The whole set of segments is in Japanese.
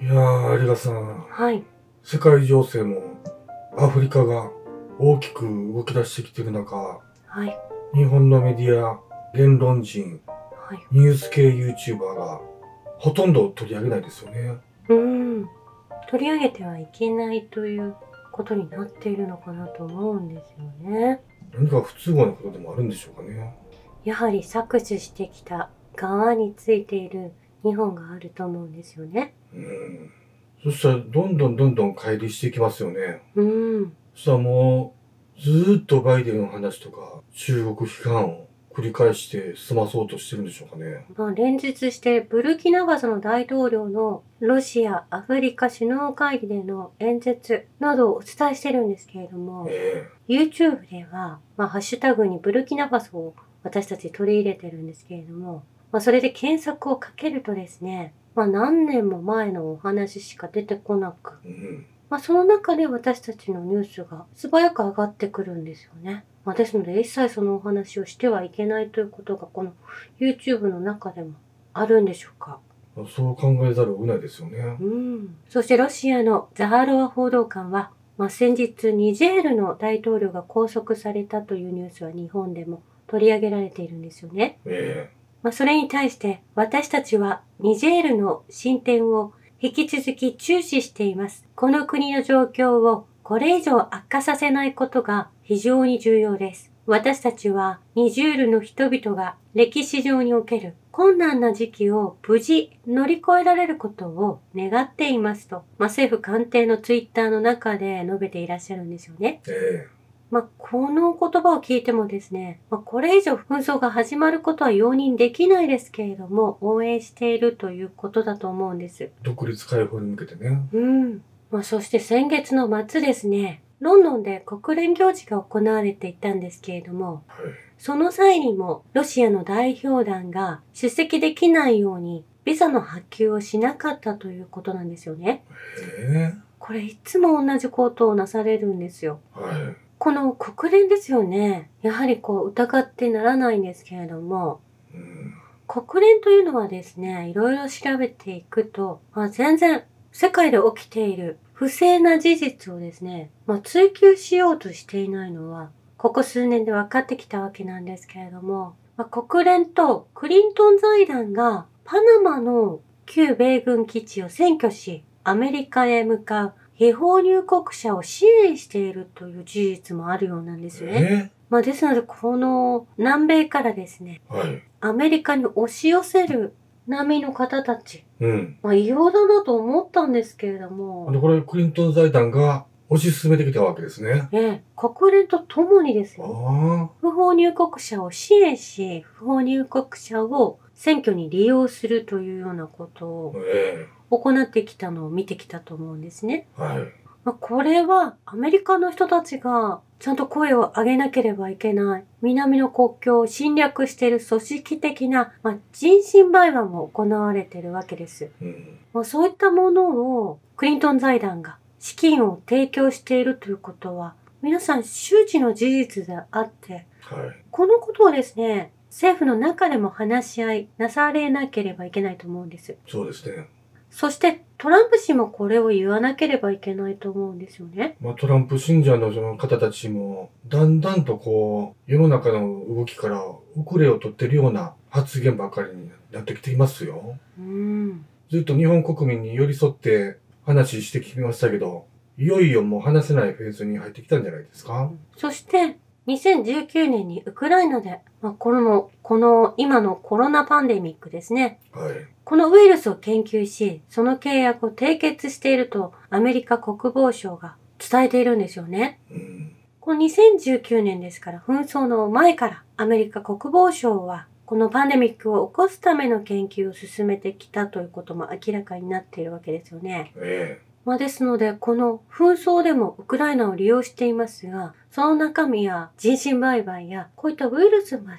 いやー、有賀さん、 はい。 世界情勢もアフリカが大きく動き出してきている中、 はい。 日本のメディア、言論人、 はい。 ニュース系 YouTuber がほとんど取り上げないですよね。 取り上げてはいけないということになっているのかなと思うんですよね。 何か不都合なことでもあるんでしょうかね。 やはり搾取してきた側についている日本があると思うんですよね。 そしたらどんどん乖離していきますよね。 そしたらもうずーっとバイデンの話とか中国批判を繰り返して済まそうとしてるんでしょうかね。 連日してブルキナファソの大統領のロシア・アフリカ首脳会議での演説などをお伝えしてるんですけれども、YouTube では、ハッシュタグにブルキナファソを私たち取り入れてるんですけれども、それで検索をかけるとですね、何年も前のお話しか出てこなく、その中で私たちのニュースが素早く上がってくるんですよね。ですので一切そのお話をしてはいけないということがこの YouTube の中でもあるんでしょうか。 そう考えざるを得ないですよね。 そしてロシアのザハロワ報道官は、先日ニジェールの大統領が拘束されたというニュースは日本でも取り上げられているんですよね。それに対して私たちはニジェールの進展を引き続き注視しています。この国の状況をこれ以上悪化させないことが非常に重要です。私たちはニジェールの人々が歴史上における困難な時期を無事乗り越えられることを願っていますと、政府官邸のツイッターの中で述べていらっしゃるんですよね。この言葉を聞いてもですね、これ以上紛争が始まることは容認できないですけれども、応援しているということだと思うんです。 独立解放に向けてね。 そして先月の末ですね、ロンドンで国連行事が行われていたんですけれども、その際にもロシアの代表団が出席できないようにビザの発給をしなかったということなんですよね。これいつも同じことをなされるんですよ。この国連ですよね。やはり疑ってならないんですけれども、国連というのはですね、いろいろ調べていくと、全然世界で起きている不正な事実をですね、追求しようとしていないのは、ここ数年で分かってきたわけなんですけれども、国連とクリントン財団がパナマの旧米軍基地を占拠し、アメリカへ向かう非法入国者を支援しているという事実もあるようなんですね。ですので、この南米からですね、アメリカに押し寄せる波の方たち、異様だなと思ったんですけれども。 これ、クリントン財団が推し進めてきたわけですね。 国連と共にですよ。不法入国者を支援し、不法入国者を選挙に利用するというようなことを行ってきたのを見てきたと思うんですね。これはアメリカの人たちがちゃんと声を上げなければいけない。南の国境を侵略している組織的な、人身売買も行われているわけです。そういったものをクリントン財団が資金を提供しているということは、皆さん周知の事実であって、このことをですね、政府の中でも話し合いなされなければいけないと思うんです。 そうですね。 そしてトランプ氏もこれを言わなければいけないと思うんですよね。 トランプ信者のその方たちも、だんだんと世の中の動きから遅れを取ってるような発言ばかりになってきていますよ。ずっと日本国民に寄り添って話してきましたけど、いよいよもう話せないフェーズに入ってきたんじゃないですか。 そして2019年にウクライナで、この今のコロナパンデミックですね。このウイルスを研究し、その契約を締結しているとアメリカ国防省が伝えているんですよね。この2019年ですから、紛争の前からアメリカ国防省はこのパンデミックを起こすための研究を進めてきたということも明らかになっているわけですよね。ですので、この紛争でもウクライナを利用していますが、その中身や人身売買やこういったウイルスまで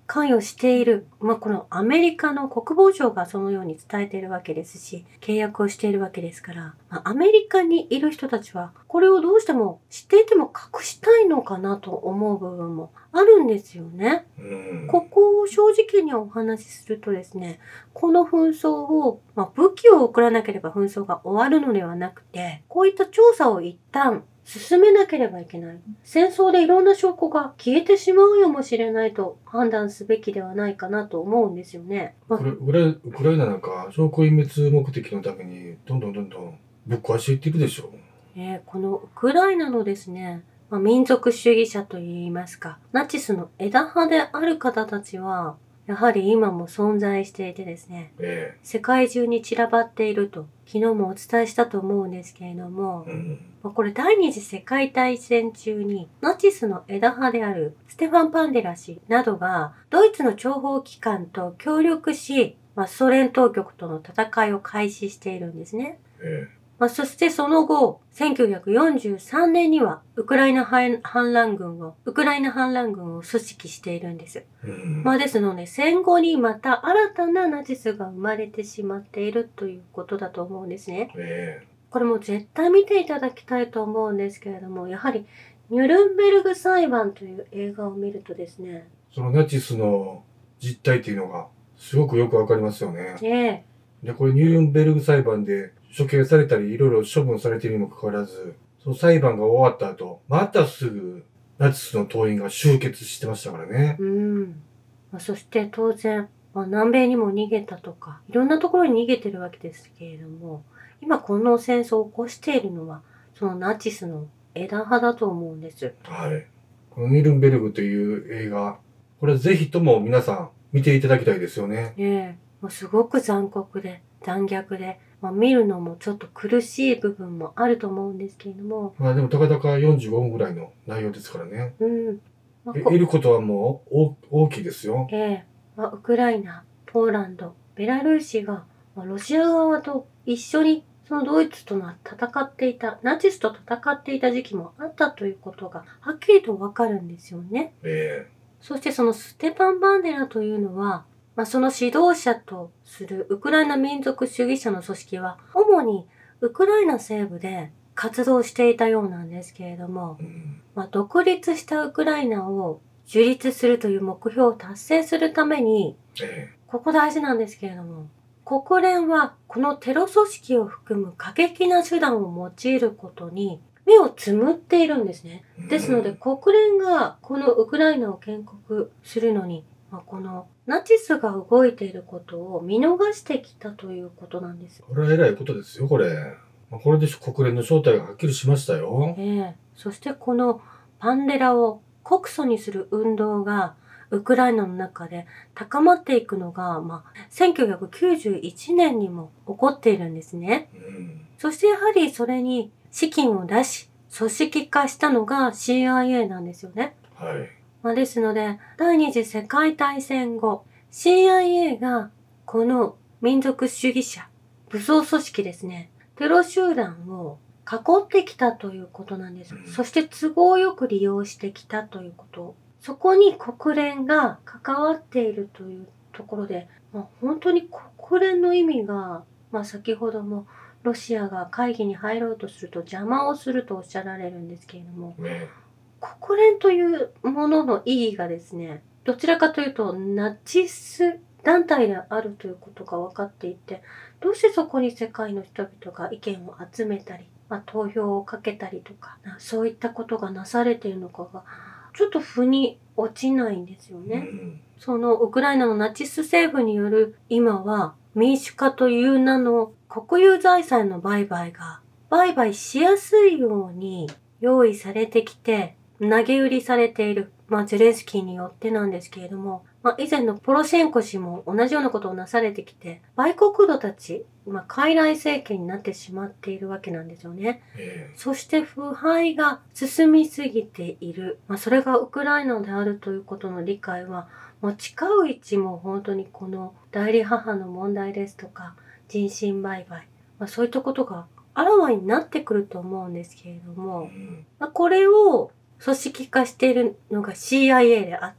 関与している、このアメリカの国防省がそのように伝えているわけですし、契約をしているわけですから、アメリカにいる人たちは、これをどうしても知っていても隠したいのかなと思う部分もあるんですよね。ここを正直にお話しするとですね、この紛争を、武器を送らなければ紛争が終わるのではなくて、こういった調査を一旦進めなければいけない。戦争でいろんな証拠が消えてしまうやもしれないと判断すべきではないかなと思うんですよね。 これウクライナなんか証拠隠滅目的のためにどんどんぶっ壊していってるでしょ。 このウクライナのですね、民族主義者といいますか、ナチスの枝葉である方たちは、やはり今も存在していてですね、世界中に散らばっていると、昨日もお伝えしたと思うんですけれども、これ第二次世界大戦中にナチスの枝葉であるステファン・パンデラ氏などがドイツの諜報機関と協力し、ソ連当局との戦いを開始しているんですね。そしてその後、1943年にはウクライナ反乱軍を組織しているんです。ですので、戦後にまた新たなナチスが生まれてしまっているということだと思うんですね。これも絶対見ていただきたいと思うんですけれども、やはりニュルンベルグ裁判という映画を見るとですね、 そのナチスの実態っていうのがすごくよくわかりますよね。で、これニュルンベルグ裁判で処刑されたりいろいろ処分されているにもかかわらず、その裁判が終わった後、またすぐナチスの党員が集結してましたからね。 そして当然、南米にも逃げたとか、いろんなところに逃げてるわけですけれども、今この戦争を起こしているのは、そのナチスの枝葉だと思うんです。 このニュルンベルグという映画、これぜひとも皆さん見ていただきたいですよね。 すごく残酷で、残虐で、見るのもちょっと苦しい部分もあると思うんですけれども。 でもたかだか45分ぐらいの内容ですからね。得ることはもう大きいですよ。 ウクライナ、ポーランド、ベラルーシが、ロシア側と一緒にそのドイツと戦っていた、ナチスと戦っていた時期もあったということがはっきりとわかるんですよね。そしてそのステパン・バンデラというのは、その指導者とするウクライナ民族主義者の組織は、主にウクライナ西部で活動していたようなんですけれども、独立したウクライナを樹立するという目標を達成するために、ここ大事なんですけれども、国連はこのテロ組織を含む過激な手段を用いることに目をつむっているんですね。ですので国連がこのウクライナを建国するのに、このナチスが動いていることを見逃してきたということなんです。 これは偉いことですよ、これ。これで国連の正体がはっきりしましたよ。 そしてこのパンデラを告訴にする運動がウクライナの中で高まっていくのが、1991年にも起こっているんですね。そしてやはりそれに資金を出し、組織化したのが CIA なんですよね。ですので、第二次世界大戦後、CIA がこの民族主義者、武装組織ですね、テロ集団を囲ってきたということなんです。そして都合よく利用してきたということ。そこに国連が関わっているというところで、本当に国連の意味が、先ほどもロシアが会議に入ろうとすると邪魔をするとおっしゃられるんですけれども、国連というものの意義がですね、どちらかというとナチス団体であるということが分かっていて、どうしてそこに世界の人々が意見を集めたり、投票をかけたりとか、そういったことがなされているのかが、ちょっと腑に落ちないんですよね。そのウクライナのナチス政府による今は民主化という名の国有財産の売買が売買しやすいように用意されてきて投げ売りされている、ゼレンスキーによってなんですけれども、以前のポロシェンコ氏も同じようなことをなされてきて、売国奴たち、傀儡政権になってしまっているわけなんですよね。そして腐敗が進みすぎている。それがウクライナであるということの理解は、近いうちも本当にこの代理母の問題ですとか、人身売買、そういったことがあらわになってくると思うんですけれども、これを組織化しているのが CIA であって、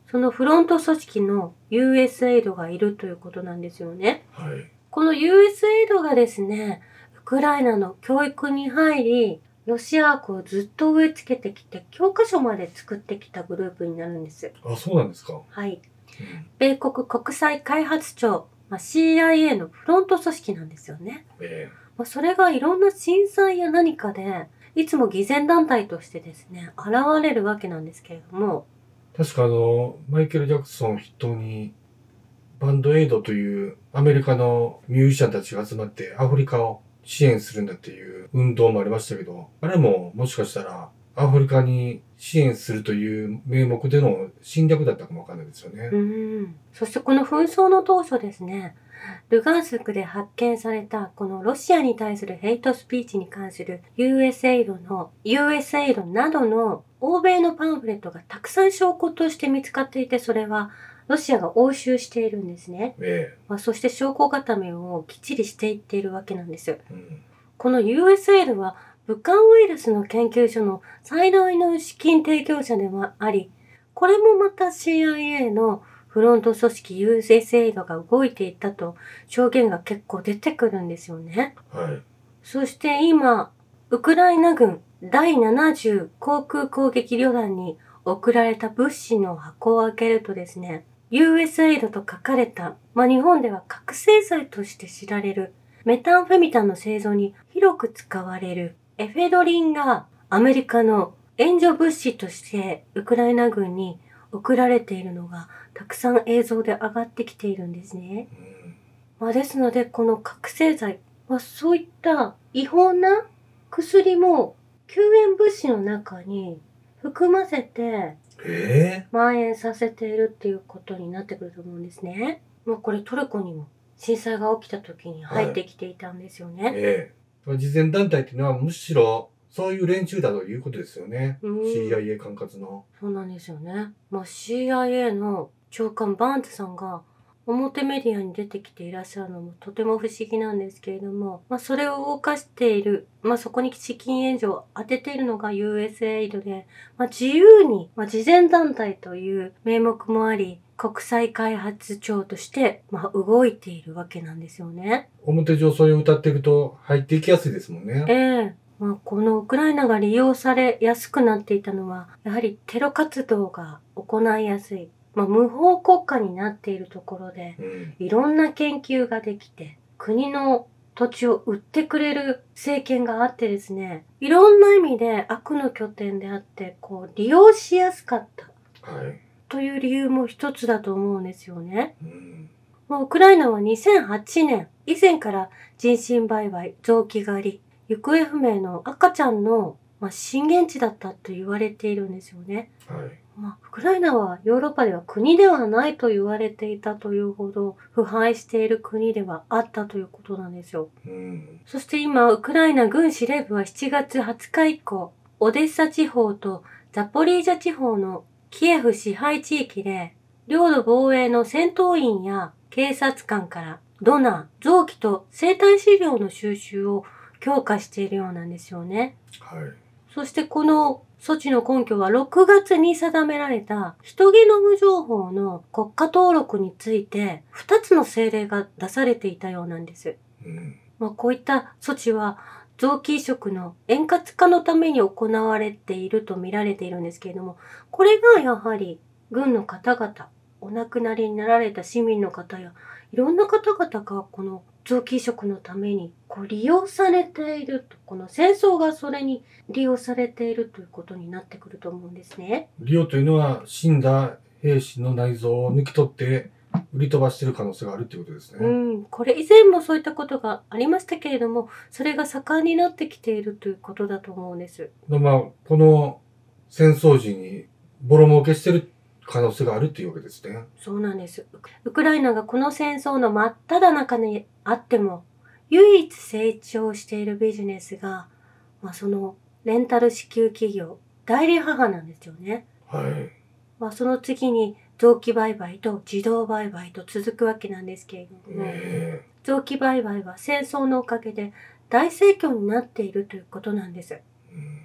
そのフロント組織の USAID がいるということなんですよね。 はい。 この USAID がですね、ウクライナの教育に入り、ロシア悪をずっと植え付けてきて、教科書まで作ってきたグループになるんです。 あ、そうなんですか。 はい。米国国際開発庁、CIA のフロント組織なんですよね。それがいろんな震災や何かで、いつも偽善団体としてですね、現れるわけなんですけれども。 確かマイケル・ジャクソンを筆頭に、バンドエイドというアメリカのミュージシャンたちが集まってアフリカを支援するんだっていう運動もありましたけど、あれももしかしたらアフリカに支援するという名目での侵略だったかもわかんないですよね。 そしてこの紛争の当初ですね、ルガンスクで発見されたこのロシアに対するヘイトスピーチに関する USAID などの欧米のパンフレットがたくさん証拠として見つかっていて、それはロシアが押収しているんですね。そして証拠固めをきっちりしていっているわけなんです。この USAID は武漢ウイルスの研究所の最大の資金提供者でもあり、これもまた CIA のフロント組織 USAID が動いていたと証言が結構出てくるんですよね。そして今、ウクライナ軍第70航空攻撃旅団に送られた物資の箱を開けるとですね、USAID と書かれた、日本では覚醒剤として知られるメタンフェミタンの製造に広く使われるエフェドリンがアメリカの援助物資としてウクライナ軍に送られているのがたくさん映像で上がってきているんですね。ですのでこの覚醒剤はそういった違法な薬も救援物資の中に含ませて蔓延させているっていうことになってくると思うんですね。これトルコにも震災が起きた時に入ってきていたんですよね。 慈善団体っていうのはむしろそういう連中だということですよね。CIA 管轄の。 そうなんですよね。CIA の長官バーンズさんが表メディアに出てきていらっしゃるのもとても不思議なんですけれども、それを動かしている、そこに資金援助を当てているのが USAID で、自由に、慈善団体という名目もあり、国際開発庁として、動いているわけなんですよね。 表上そういう歌っていくと入っていきやすいですもんね。 このウクライナが利用されやすくなっていたのは、やはりテロ活動が行いやすい。無法国家になっているところで、いろんな研究ができて、国の土地を売ってくれる政権があってですね、いろんな意味で悪の拠点であって、利用しやすかった。という理由も一つだと思うんですよね。ウクライナは2008年、以前から人身売買、臓器狩り、行方不明の赤ちゃんの、震源地だったと言われているんですよね。ウクライナはヨーロッパでは国ではないと言われていたというほど腐敗している国ではあったということなんですよ。そして今、ウクライナ軍司令部は7月20日以降、オデッサ地方とザポリージャ地方のキエフ支配地域で、領土防衛の戦闘員や警察官からドナー、臓器と生体資料の収集を強化しているようなんですよね。そしてこの措置の根拠は6月に定められたヒトゲノム情報の国家登録について2つの政令が出されていたようなんです。こういった措置は臓器移植の円滑化のために行われていると見られているんですけれども、これがやはり軍の方々、お亡くなりになられた市民の方やいろんな方々がこの臓器移植のために利用されていると、この戦争がそれに利用されているということになってくると思うんですね。 利用というのは死んだ兵士の内臓を抜き取って売り飛ばしている可能性があるということですね。 これ以前もそういったことがありましたけれども、それが盛んになってきているということだと思うんです。 この戦争時にボロ儲けしている可能性があるというわけですね。 そうなんです。ウクライナがこの戦争の真っ只中にあっても、唯一成長しているビジネスが、そのレンタル支給企業、代理母なんですよね。その次に臓器売買と自動売買と続くわけなんですけれども、臓器売買は戦争のおかげで大盛況になっているということなんです。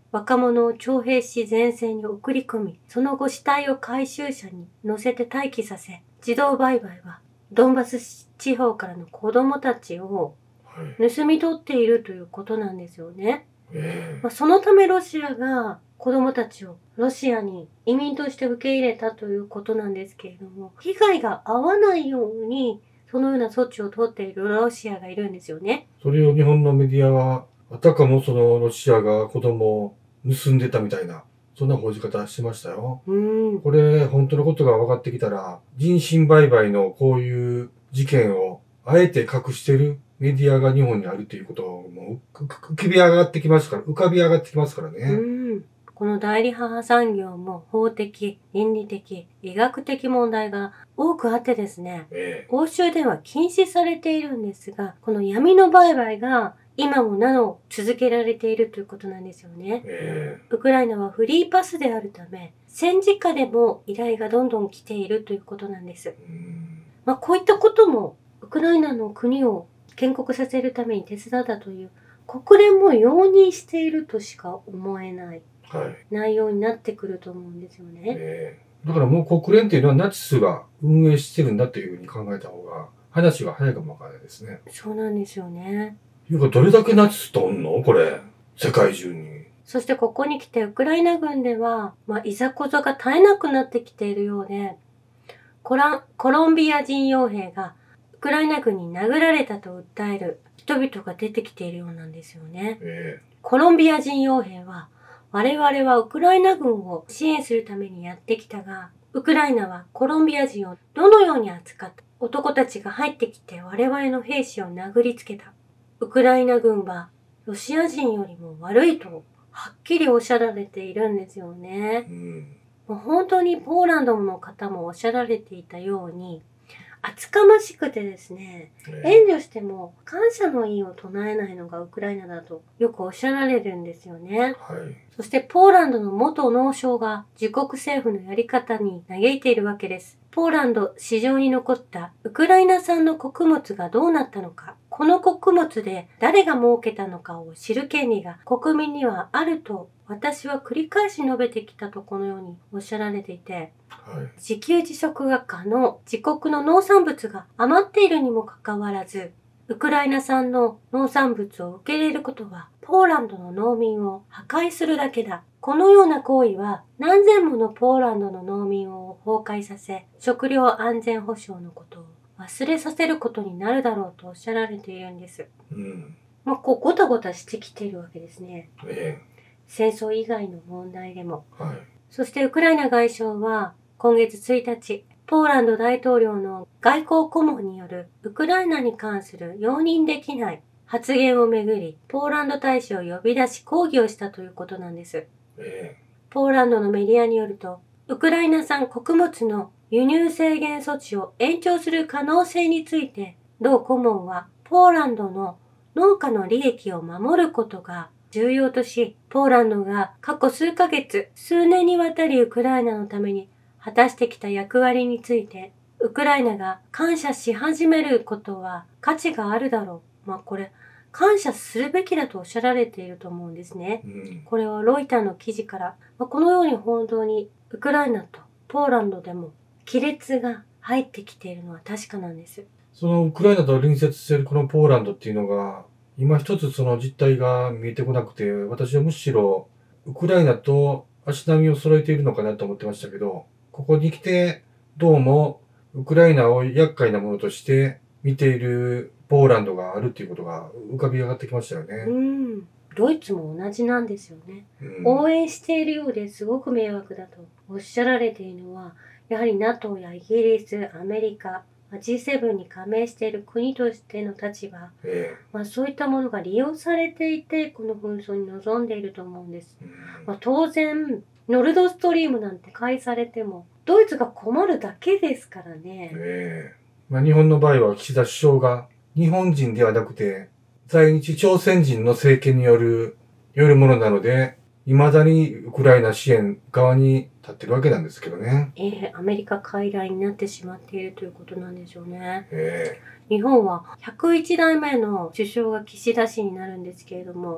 若者を徴兵し前線に送り込み、その後死体を回収車に乗せて待機させ、自動売買はドンバス地方からの子供たちを盗み取っているということなんですよね。そのためロシアが子供たちをロシアに移民として受け入れたということなんですけれども、被害が合わないようにそのような措置を取っているロシアがいるんですよね。 それを日本のメディアは、あたかもそのロシアが子供を盗んでたみたいな、そんな報じ方しましたよ。これ、本当のことが分かってきたら、人身売買のこういう事件をあえて隠してるメディアが日本にあるということも浮かび上がってきますからね。 この代理母産業も法的、倫理的、医学的問題が多くあってですね、欧州では禁止されているんですが、この闇の売買が今もなお続けられているということなんですよね。ウクライナはフリーパスであるため、戦時下でも依頼がどんどん来ているということなんです。こういったこともウクライナの国を建国させるために手伝ったという国連も容認しているとしか思えない内容になってくると思うんですよね。 だからもう国連っていうのはナチスが運営してるんだというふうに考えた方が話が早いかもわからないですね。 そうなんですよね。 いうかどれだけナチスとおんのこれ。世界中に。 そしてここに来てウクライナ軍では、いざこざが絶えなくなってきているようで、コロンビア人傭兵がウクライナ軍に殴られたと訴える人々が出てきているようなんですよね。コロンビア人傭兵は、我々はウクライナ軍を支援するためにやってきたが、ウクライナはコロンビア人をどのように扱った？男たちが入ってきて我々の兵士を殴りつけた。ウクライナ軍はロシア人よりも悪いとはっきりおっしゃられているんですよね。もう本当にポーランドの方もおっしゃられていたように、厚かましくてですね、援助しても感謝の意を唱えないのがウクライナだとよくおっしゃられるんですよね。そしてポーランドの元農相が自国政府のやり方に嘆いているわけです。ポーランド市場に残ったウクライナ産の穀物がどうなったのか、この穀物で誰が儲けたのかを知る権利が国民にはあると私は繰り返し述べてきたとこのようにおっしゃられていて、自給自足が可能、自国の農産物が余っているにもかかわらず、ウクライナ産の農産物を受け入れることは、ポーランドの農民を破壊するだけだ。このような行為は、何千ものポーランドの農民を崩壊させ、食料安全保障のことを忘れさせることになるだろうとおっしゃられているんです。ごたごたしてきているわけですね。戦争以外の問題でも。そしてウクライナ外相は、今月1日、ポーランド大統領の外交顧問によるウクライナに関する容認できない発言をめぐり、ポーランド大使を呼び出し抗議をしたということなんです。ポーランドのメディアによると、ウクライナ産穀物の輸入制限措置を延長する可能性について、同顧問はポーランドの農家の利益を守ることが重要とし、ポーランドが過去数ヶ月、数年にわたりウクライナのために果たしてきた役割について、ウクライナが感謝し始めることは価値があるだろう。これ、感謝するべきだとおっしゃられていると思うんですね。これはロイターの記事から、このように本当にウクライナとポーランドでも亀裂が入ってきているのは確かなんです。 そのウクライナと隣接しているこのポーランドっていうのが、今一つその実態が見えてこなくて、私はむしろウクライナと足並みを揃えているのかなと思ってましたけど、ここに来てどうもウクライナを厄介なものとして見ているポーランドがあるっていうことが浮かび上がってきましたよね。 ドイツも同じなんですよね。応援しているようですごく迷惑だとおっしゃられているのは、やはり NATO やイギリス、アメリカ、G7 に加盟している国としての立場、そういったものが利用されていて、この紛争に臨んでいると思うんです。当然、ノルドストリームなんて開されても、ドイツが困るだけですからね。 日本の場合は岸田首相が日本人ではなくて、在日朝鮮人の政権によるものなので、未だにウクライナ支援側に立ってるわけなんですけどね。 アメリカ傀儡になってしまっているということなんでしょうね。日本は101代目の首相が岸田氏になるんですけれども、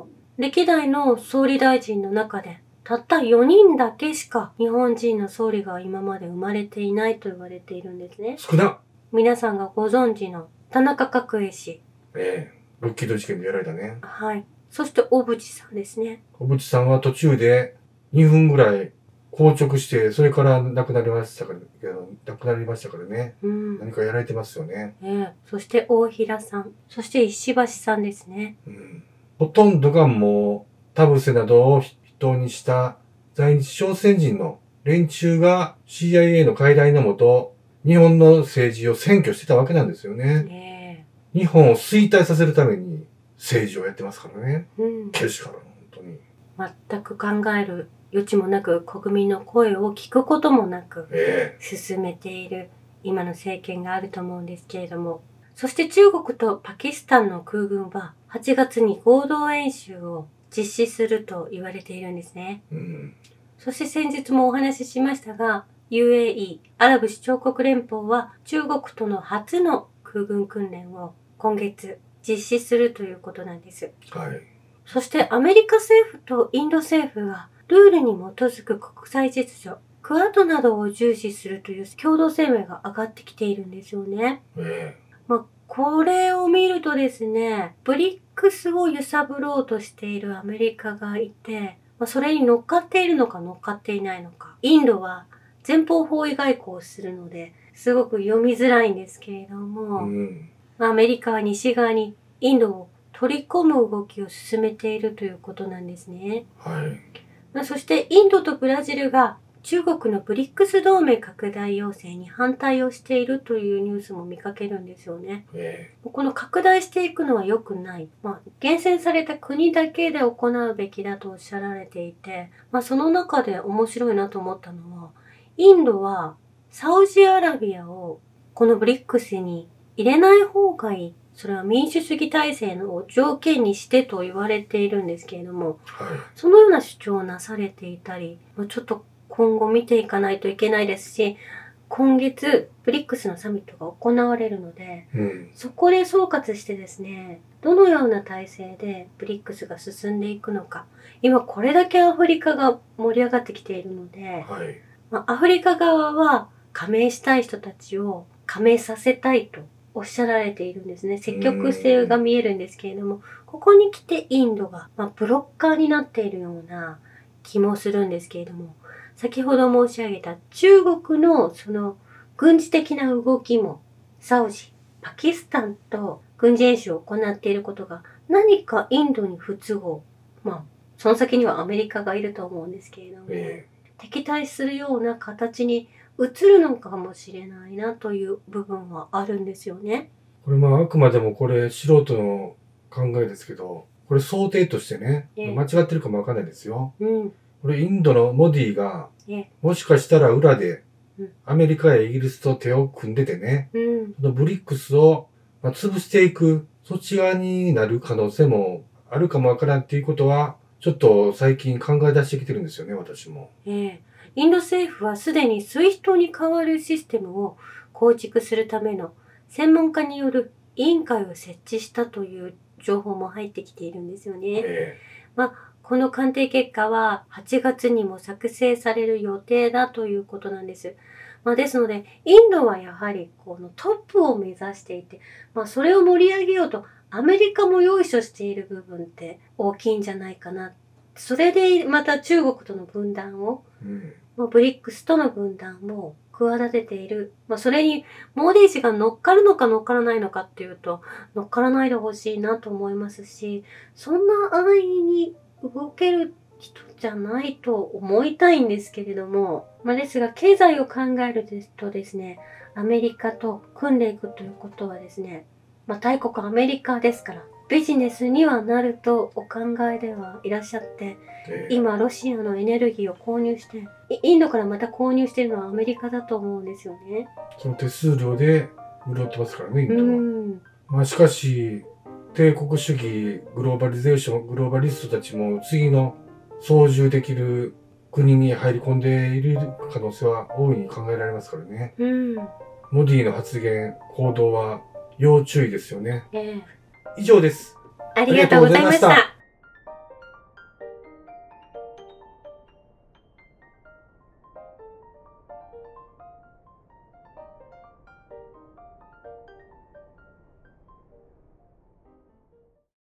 歴代の総理大臣の中で、たった4人だけしか日本人の総理が今まで生まれていないと言われているんですね。 少な。 皆さんがご存知の田中角栄氏。 ロッキード事件でやられたね。 はい。そして小渕さんですね。 小渕さんは途中で2分ぐらい硬直して、それから亡くなりましたからね。何かやられてますよね。 そして大平さん。そして石橋さんですね。 ほとんどがもう、田臥などを筆頭にした在日朝鮮人の連中が CIA の傀儡のもと、日本の政治を占拠してたわけなんですよね。日本を衰退させるために政治をやってますからね。けしからん、本当に。 全く考える余地もなく、国民の声を聞くこともなく、進めている今の政権があると思うんですけれども。そして中国とパキスタンの空軍は8月に合同演習を実施すると言われているんですね。そして先日もお話ししましたが、UAE、アラブ首長国連邦は中国との初の空軍訓練を今月実施するということなんです。そしてアメリカ政府とインド政府がルールに基づく国際秩序、クアッドなどを重視するという共同声明が上がってきているんですよね。これを見るとですね、ブリックスを揺さぶろうとしているアメリカがいて、それに乗っかっているのか乗っかっていないのか。インドは前方包囲外交をするので、すごく読みづらいんですけれども、アメリカは西側にインドを取り込む動きを進めているということなんですね。そしてインドとブラジルが中国のブリックス同盟拡大要請に反対をしているというニュースも見かけるんですよね。この拡大していくのは良くない。厳選された国だけで行うべきだとおっしゃられていて、その中で面白いなと思ったのは、インドはサウジアラビアをこのブリックスに入れない方がいい。それは民主主義体制の条件にしてと言われているんですけれども、そのような主張をなされていたり、ちょっと今後見ていかないといけないですし、今月ブリックスのサミットが行われるので、そこで総括してですね、どのような体制でブリックスが進んでいくのか。今これだけアフリカが盛り上がってきているので、アフリカ側は加盟したい人たちを加盟させたいとおっしゃられているんですね。積極性が見えるんですけれども、ここに来てインドが、ブロッカーになっているような気もするんですけれども、先ほど申し上げた中国のその軍事的な動きもサウジ、パキスタンと軍事演習を行っていることが何かインドに不都合。その先にはアメリカがいると思うんですけれども、敵対するような形に移るのかもしれないなという部分はあるんですよね。 これあくまでもこれ素人の考えですけど、これ想定としてね、間違ってるかもわかんないですよ。これインドのモディが、もしかしたら裏でアメリカやイギリスと手を組んでてね、そのブリックスを潰していく、そっち側になる可能性もあるかもわからんっていうことは、ちょっと最近考え出してきてるんですよね、私も。 インド政府はすでにスイフトに代わるシステムを構築するための専門家による委員会を設置したという情報も入ってきているんですよね。この鑑定結果は8月にも作成される予定だということなんです。ですので、インドはやはりこのトップを目指していて、それを盛り上げようとアメリカも用意している部分って大きいんじゃないかな。それでまた中国との分断を、ブリックスとの分断も企てている。それにモーディ氏が乗っかるのか乗っからないのかっていうと、乗っからないでほしいなと思いますし、そんな安易に動ける人じゃないと思いたいんですけれども、ですが経済を考えるとですね、アメリカと組んでいくということはですね、大国アメリカですから、ビジネスにはなるとお考えではいらっしゃって、今ロシアのエネルギーを購入して、インドからまた購入しているのはアメリカだと思うんですよね。 その手数料で潤ってますからね、インドは。しかし、帝国主義、グローバリゼーション、グローバリストたちも次の操縦できる国に入り込んでいる可能性は大いに考えられますからね。モディの発言、行動は要注意ですよね。以上です。 ありがとうございました。